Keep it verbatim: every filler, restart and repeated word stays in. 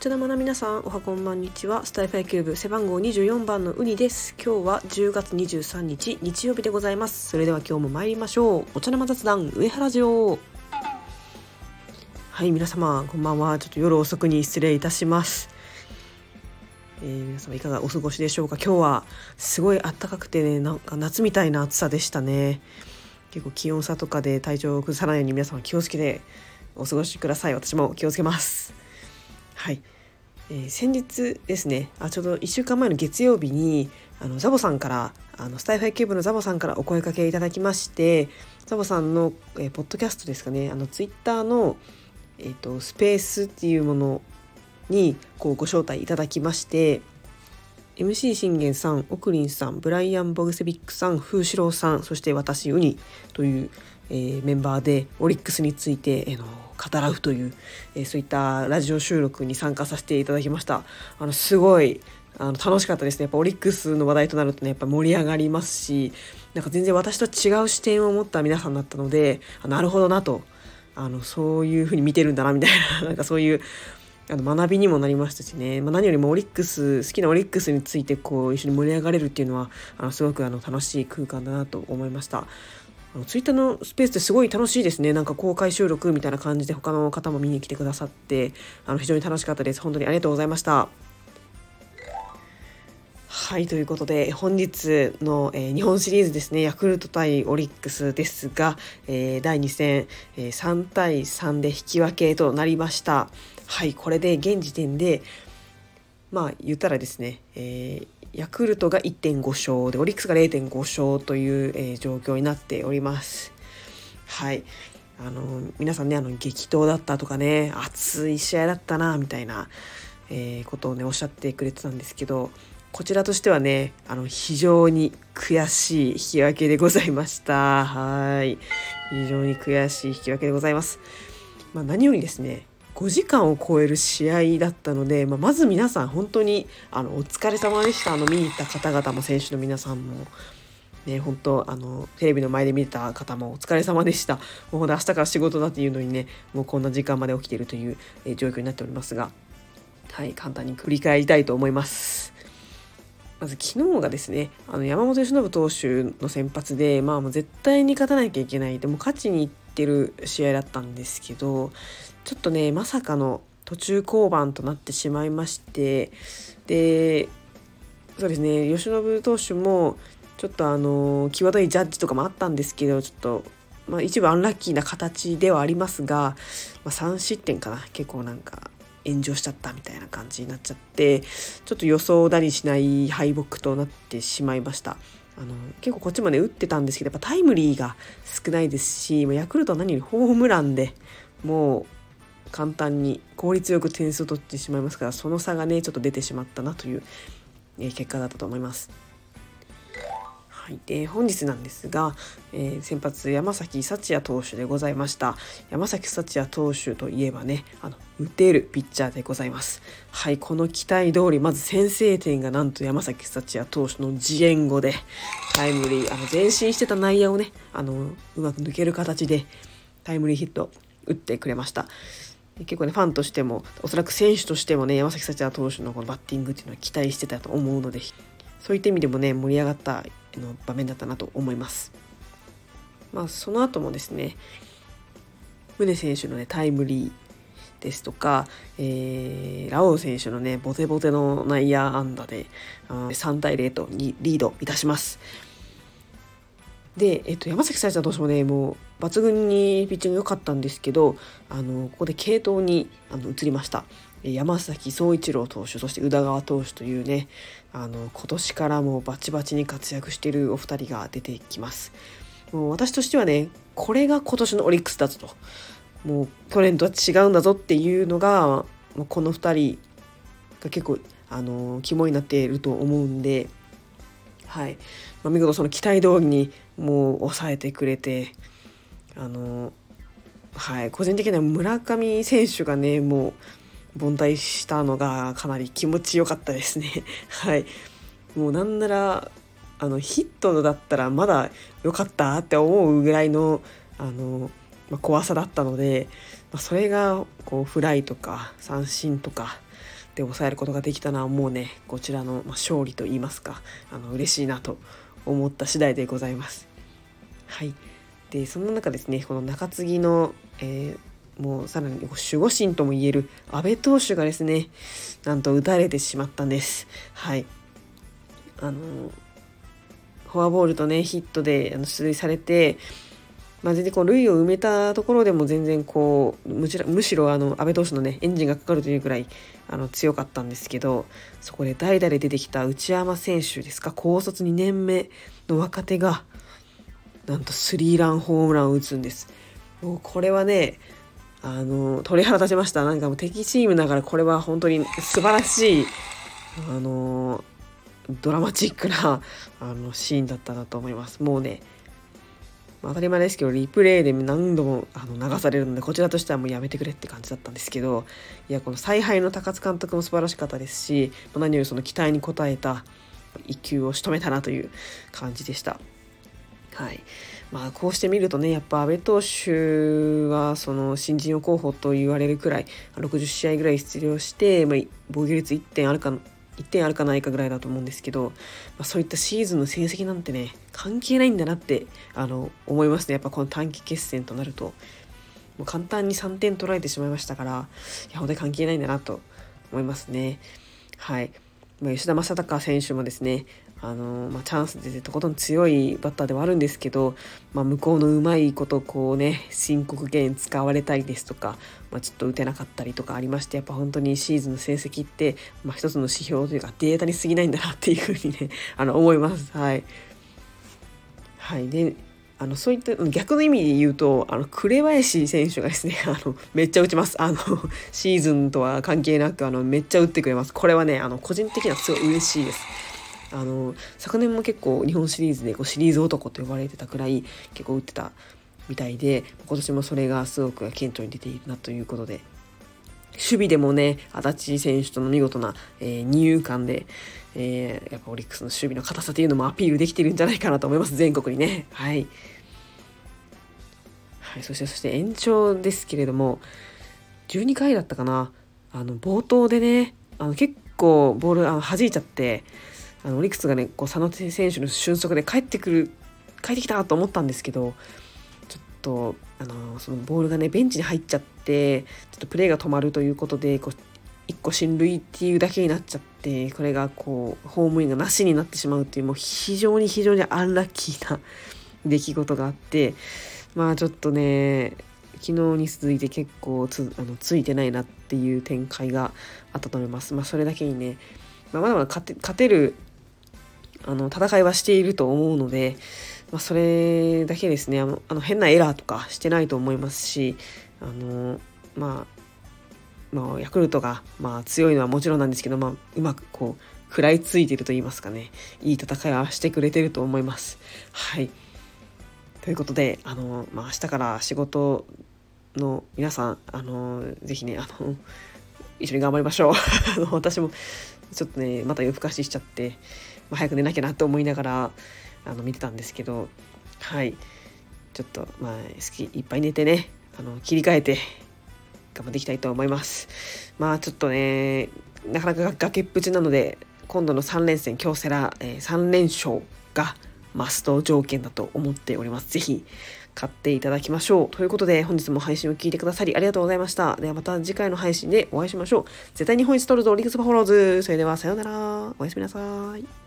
茶の間の皆さん、おはこんばんにちは。スタイフ野球部背番号にじゅうよんばんのウニです。今日はじゅうがつにじゅうさんにち日曜日でございます。それでは今日も参りましょう。お茶の間雑談上原城。はい、皆様こんばんは。ちょっと夜遅くに失礼いたします。えー、皆様いかがお過ごしでしょうか。今日はすごい暖かくてね、なんか夏みたいな暑さでしたね。結構気温差とかで体調を崩さないように皆様気をつけてお過ごしください。私も気をつけます。はい、えー、先日ですね、あちょうどいっしゅうかんまえの月曜日にあのザボさんからあのスタイフ野球部のザボさんからお声掛けいただきまして、ザボさんの、えー、ポッドキャストですかね、あのツイッターの、えーと、スペースっていうものにこうご招待いただきまして、 エムシー 信玄さん、オクリンさん、ブライアン・ボグセビックさん、風志郎さん、そして私ウニという、えー、メンバーでオリックスについて、えー、の語らうという、えー、そういったラジオ収録に参加させていただきました。あのすごいあの楽しかったですね。やっぱオリックスの話題となるとね、やっぱ盛り上がりますし、なんか全然私と違う視点を持った皆さんだったので、あなるほどなと、あのそういう風に見てるんだなみたいな、なんかそういうあの学びにもなりましたしね、まあ、何よりもオリックス好きなオリックスについてこう一緒に盛り上がれるっていうのはあのすごくあの楽しい空間だなと思いました。あのツイッターのスペースってすごい楽しいですね。なんか公開収録みたいな感じで他の方も見に来てくださって、あの非常に楽しかったです。本当にありがとうございました。はい、ということで本日の、えー、日本シリーズですね、ヤクルト対オリックスですが、えー、だいにせん、えー、さんたいさんで引き分けとなりました。はい、これで現時点でまあ言ったらですね、えー、ヤクルトが いってんご 勝でオリックスが れいてんご 勝という、えー、状況になっております。はい、あの皆さんね、あの激闘だったとかね、熱い試合だったなみたいな、えー、ことをねおっしゃってくれてたんですけど、こちらとしてはね、あの非常に悔しい引き分けでございました。はい、非常に悔しい引き分けでございます。まあ、何よりですね、ごじかんを超える試合だったので、まあ、まず皆さん本当にあのお疲れ様でした。あの見に行った方々も選手の皆さんもね、本当あのテレビの前で見た方もお疲れ様でした。もう明日から仕事だっていうのにね、もうこんな時間まで起きているという、えー、状況になっておりますが、はい、簡単に振り返りたいと思います。まず昨日がですね、あの山本由伸投手の先発で、まあもう絶対に勝たなきゃいけない、でも勝ちにいってる試合だったんですけど、ちょっとねまさかの途中降板となってしまいまして、でそうですね、由伸投手もちょっとあの際どいジャッジとかもあったんですけど、ちょっと、まあ、一部アンラッキーな形ではありますが、まあ、さん失点かな、結構なんか炎上しちゃったみたいな感じになっちゃって、ちょっと予想だにしない敗北となってしまいました。あの結構こっちもね打ってたんですけど、やっぱタイムリーが少ないですし、ヤクルトは何よりホームランでもう簡単に効率よく点数を取ってしまいますから、その差がねちょっと出てしまったなという、えー、結果だったと思います。はい、で本日なんですが、えー、先発山崎福也投手でございました。山崎福也投手といえばね、あの打てるピッチャーでございます。はい、この期待通りまず先制点がなんと山崎福也投手の自演後でタイムリー、あの前進してた内野をね、あのうまく抜ける形でタイムリーヒット打ってくれました。結構ねファンとしてもおそらく選手としてもね、山崎福也投手のこのバッティングっていうのは期待してたと思うので、そういった意味でもね盛り上がったの場面だったなと思います。まあその後もですね、宗選手のねタイムリーですとか、えー、ラオウ選手のねボテボテの内野安打でさんたいゼロとリードいたします。で、えっと、山崎福也投手もねもう抜群にピッチング良かったんですけど、あのここで継投にあの移りました。山崎総一郎投手、そして宇田川投手というね、あの今年からもうバチバチに活躍しているお二人が出てきます。もう私としてはね、これが今年のオリックスだぞと、もう去年とは違うんだぞっていうのが、もうこの二人が結構あの肝になっていると思うんで、はい、まあ、見事その期待通りにもう抑えてくれて、あのはい、個人的には村上選手がねもう凡退したのがかなり気持ちよかったですね。はい、もうなんならあのヒットだったらまだ良かったって思うぐらいのあの、まあ、怖さだったので、まあ、それがこうフライとか三振とかで抑えることができたのはもうねこちらの勝利と言いますか、あの嬉しいなと思った次第でございます。はい。でその中ですね、この中継ぎの、えー、もうさらに守護神ともいえる阿部投手がですね、なんと打たれてしまったんです。はい。あのフォアボールとねヒットであの出塁されて、まあ、全然こう塁を埋めたところでも全然こうむしろむしろあの阿部投手のねエンジンがかかるというくらいあの強かったんですけど、そこで代打で出てきた内山選手ですか、高卒にねんめの若手がなんとスリーランホームランを打つんです。もうこれはねあの鳥肌立ちました。なんかもう敵チームながらこれは本当に素晴らしいあのドラマチックなあのシーンだったなと思います。もうね当たり前ですけどリプレイで何度もあの流されるので、こちらとしてはもうやめてくれって感じだったんですけど、いやこの采配の高津監督も素晴らしかったですし、何よりその期待に応えた一球を仕留めたなという感じでした。はい。まあこうして見るとね、やっぱ阿部投手はその新人王候補と言われるくらいろくじゅっしあいぐらい出場して、まあ、防御率いってんあるかいってんあるかないかぐらいだと思うんですけど、まあ、そういったシーズンの成績なんてね関係ないんだなってあの思いますね。やっぱこの短期決戦となるともう簡単にさんてん取られてしまいましたから、いや本当に関係ないんだなと思いますね。はい。まあ、吉田正尚選手もですね、あのまあ、チャンスでとことん強いバッターではあるんですけど、まあ、向こうのうまいことこうね申告敬遠使われたりですとか、まあ、ちょっと打てなかったりとかありまして、やっぱ本当にシーズンの成績って、まあ、一つの指標というかデータに過ぎないんだなっていうふうにねあの思います。はい、はい、であのそういった逆の意味で言うと、あの紅林選手がですねあのめっちゃ打ちます。あのシーズンとは関係なくあのめっちゃ打ってくれます。これはねあの個人的にはすごい嬉しいです。あの昨年も結構日本シリーズでこうシリーズ男と呼ばれてたくらい結構打ってたみたいで、今年もそれがすごく顕著に出ているなということで、守備でもね足立選手との見事な、えー、二遊間で、えー、やっぱオリックスの守備の硬さというのもアピールできているんじゃないかなと思います、全国にね。はい、はい、そしてそして延長ですけれどもじゅうにかいだったかな、あの冒頭でねあの結構ボールあの弾いちゃって、あのオリックスがねこう佐野選手の俊足で帰ってくる帰ってきたと思ったんですけど、ちょっとあのそのボールがねベンチに入っちゃってちょっとプレーが止まるということでこういっこ進塁っていうだけになっちゃって、これがこうホームインがなしになってしまうっていうもう非常に非常にアンラッキーな出来事があって、まあちょっとね昨日に続いて結構 つ, あのついてないなっていう展開があったと思います。まあ、それだけにね、まあ、まだまだ勝て、勝てるあの戦いはしていると思うので、まあ、それだけですね、あのあの変なエラーとかしてないと思いますし、あの、まあ、まあヤクルトが、まあ、強いのはもちろんなんですけど、まあ、うまくこう食らいついていると言いますかね、いい戦いはしてくれてると思います。はい。ということで、あの、まあ、明日から仕事の皆さん、あのぜひねあの一緒に頑張りましょう。あの私もちょっとねまた夜更かししちゃって、まあ、早く寝なきゃなと思いながらあの見てたんですけど、はいちょっとまあ好きいっぱい寝てねあの切り替えて頑張っていきたいと思います。まあちょっとねなかなか崖っぷちなので、今度のさん連戦京セラ、えー、さん連勝がマスト条件だと思っております。ぜひ買っていただきましょう。ということで本日も配信を聞いてくださりありがとうございました。ではまた次回の配信でお会いしましょう。絶対日本一取るぞオリックスバファローズ。それではさようなら。おやすみなさい。